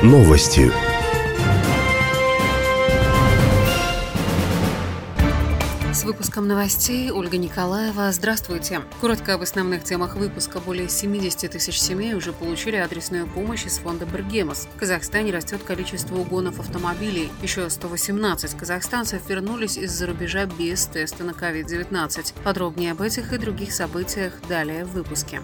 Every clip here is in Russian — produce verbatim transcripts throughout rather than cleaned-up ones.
Новости. С выпуском новостей Ольга Николаева. Здравствуйте. Коротко об основных темах выпуска. Более семьдесят тысяч семей уже получили адресную помощь из фонда Бергемас. В Казахстане растет количество угонов автомобилей. Еще сто восемнадцать казахстанцев вернулись из-за рубежа без теста на ковид девятнадцать. Подробнее об этих и других событиях далее в выпуске.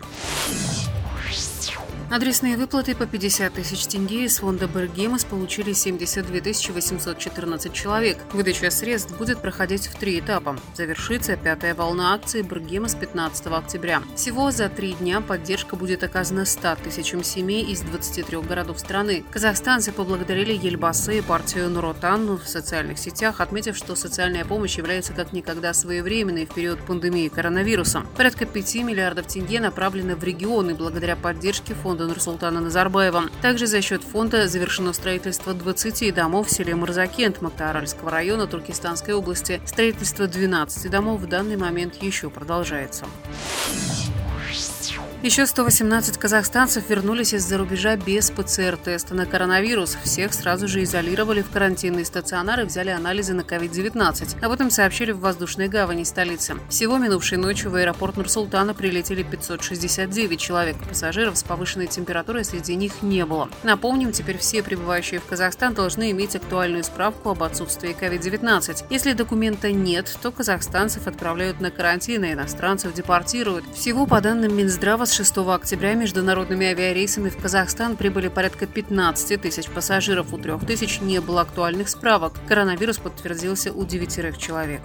Адресные выплаты по пятьдесят тысяч тенге из фонда Бергемас получили семьдесят две тысячи восемьсот четырнадцать человек. Выдача средств будет проходить в три этапа. Завершится пятая волна акции Бергемас пятнадцатого октября. Всего за три дня поддержка будет оказана ста тысячам семей из двадцати трёх городов страны. Казахстанцы поблагодарили Ельбасы и партию Нур Отан в социальных сетях, отметив, что социальная помощь является как никогда своевременной в период пандемии коронавируса. Порядка пяти миллиардов тенге направлено в регионы благодаря поддержке фонда Нурсултана Назарбаева. Также за счет фонда завершено строительство двадцати домов в селе Мырзакент Мактааральского района Туркестанской области. Строительство двенадцати домов в данный момент еще продолжается. Еще сто восемнадцать казахстанцев вернулись из-за рубежа без ПЦР-теста на коронавирус. Всех сразу же изолировали в карантинные стационары и взяли анализы на ковид девятнадцать. Об этом сообщили в воздушной гавани столицы. Всего минувшей ночью в аэропорт Нур-Султана прилетели пятьсот шестьдесят девять человек. Пассажиров с повышенной температурой среди них не было. Напомним, теперь все прибывающие в Казахстан должны иметь актуальную справку об отсутствии ковид девятнадцать. Если документа нет, то казахстанцев отправляют на карантин, а иностранцев депортируют. Всего, по данным Минздрава, с шестого октября международными авиарейсами в Казахстан прибыли порядка пятнадцати тысяч пассажиров, у трех тысяч не было актуальных справок. Коронавирус подтвердился у девятерых человек.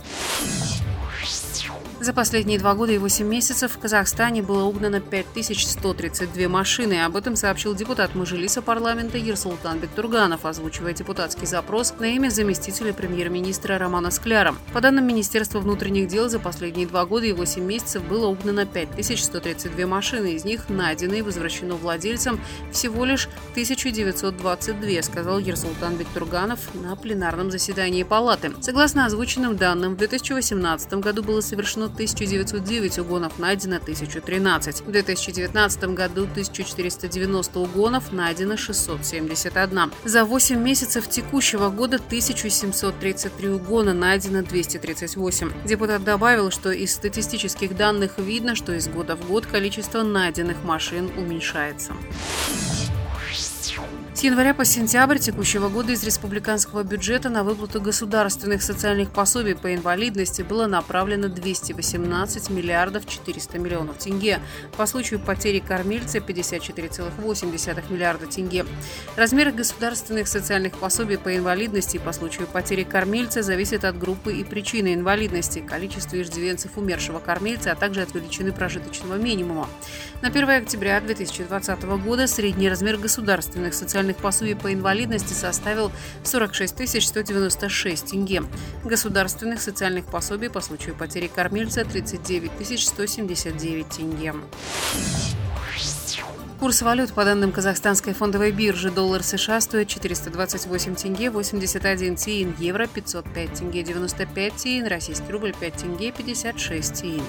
За последние два года и восемь месяцев в Казахстане было угнано пять тысяч сто тридцать две машины. Об этом сообщил депутат Мажилиса парламента Ерсултан Бектурганов, озвучивая депутатский запрос на имя заместителя премьер-министра Романа Скляра. По данным Министерства внутренних дел, за последние два года и восемь месяцев было угнано пять тысяч сто тридцать две машины. Из них найдено и возвращено владельцам всего лишь тысяча девятьсот двадцать две, сказал Ерсултан Бектурганов на пленарном заседании палаты. Согласно озвученным данным, в две тысячи восемнадцатом году было совершено тысяча девятьсот девять угонов, найдено тысяча тринадцать. В две тысячи девятнадцатом году тысяча четыреста девяносто угонов, найдено шестьсот семьдесят один. За восемь месяцев текущего года тысяча семьсот тридцать три угона, найдено двести тридцать восемь. Депутат добавил, что из статистических данных видно, что из года в год количество найденных машин уменьшается. С января по сентябрь текущего года из республиканского бюджета на выплату государственных социальных пособий по инвалидности было направлено двести восемнадцать миллиардов четыреста миллионов тенге. По случаю потери кормильца пятьдесят четыре целых восемь десятых миллиарда тенге. Размер государственных социальных пособий по инвалидности по случаю потери кормильца зависит от группы и причины инвалидности, количества иждивенцев умершего кормильца, а также от величины прожиточного минимума. На первое октября две тысячи двадцатого года средний размер государственных социальных пособий по инвалидности составил сорок шесть тысяч сто девяносто шесть тенге. Государственных социальных пособий по случаю потери кормильца тридцать девять тысяч сто семьдесят девять тенге. Курс валют по данным Казахстанской фондовой биржи: доллар США стоит четыреста двадцать восемь тенге восемьдесят один тиын, евро пятьсот пять тенге девяносто пять тиын, российский рубль пять тенге пятьдесят шесть тиын.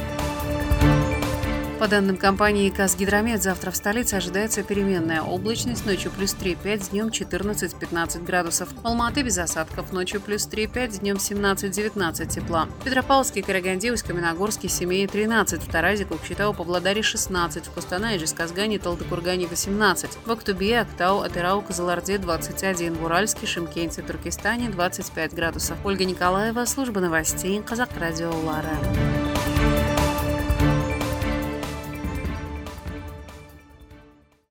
По данным компании «Казгидромет», завтра в столице ожидается переменная облачность, ночью плюс три-пять, днем четырнадцать-пятнадцать градусов. В Алматы без осадков, ночью плюс три-пять, днем семнадцать-девятнадцать тепла. В Петропавловске, Караганде, Усть-Каменогорске, Семее тринадцать, в Таразе, Кокшетау, Павлодаре шестнадцать, в Костанае, Жезказгане, Талдыкургане восемнадцать, в Актубе, Актау, Атырау, Кызылорде двадцать один, в Уральске, Шымкенте, Туркестане двадцать пять градусов. Ольга Николаева, служба новостей, Казак радио Лара.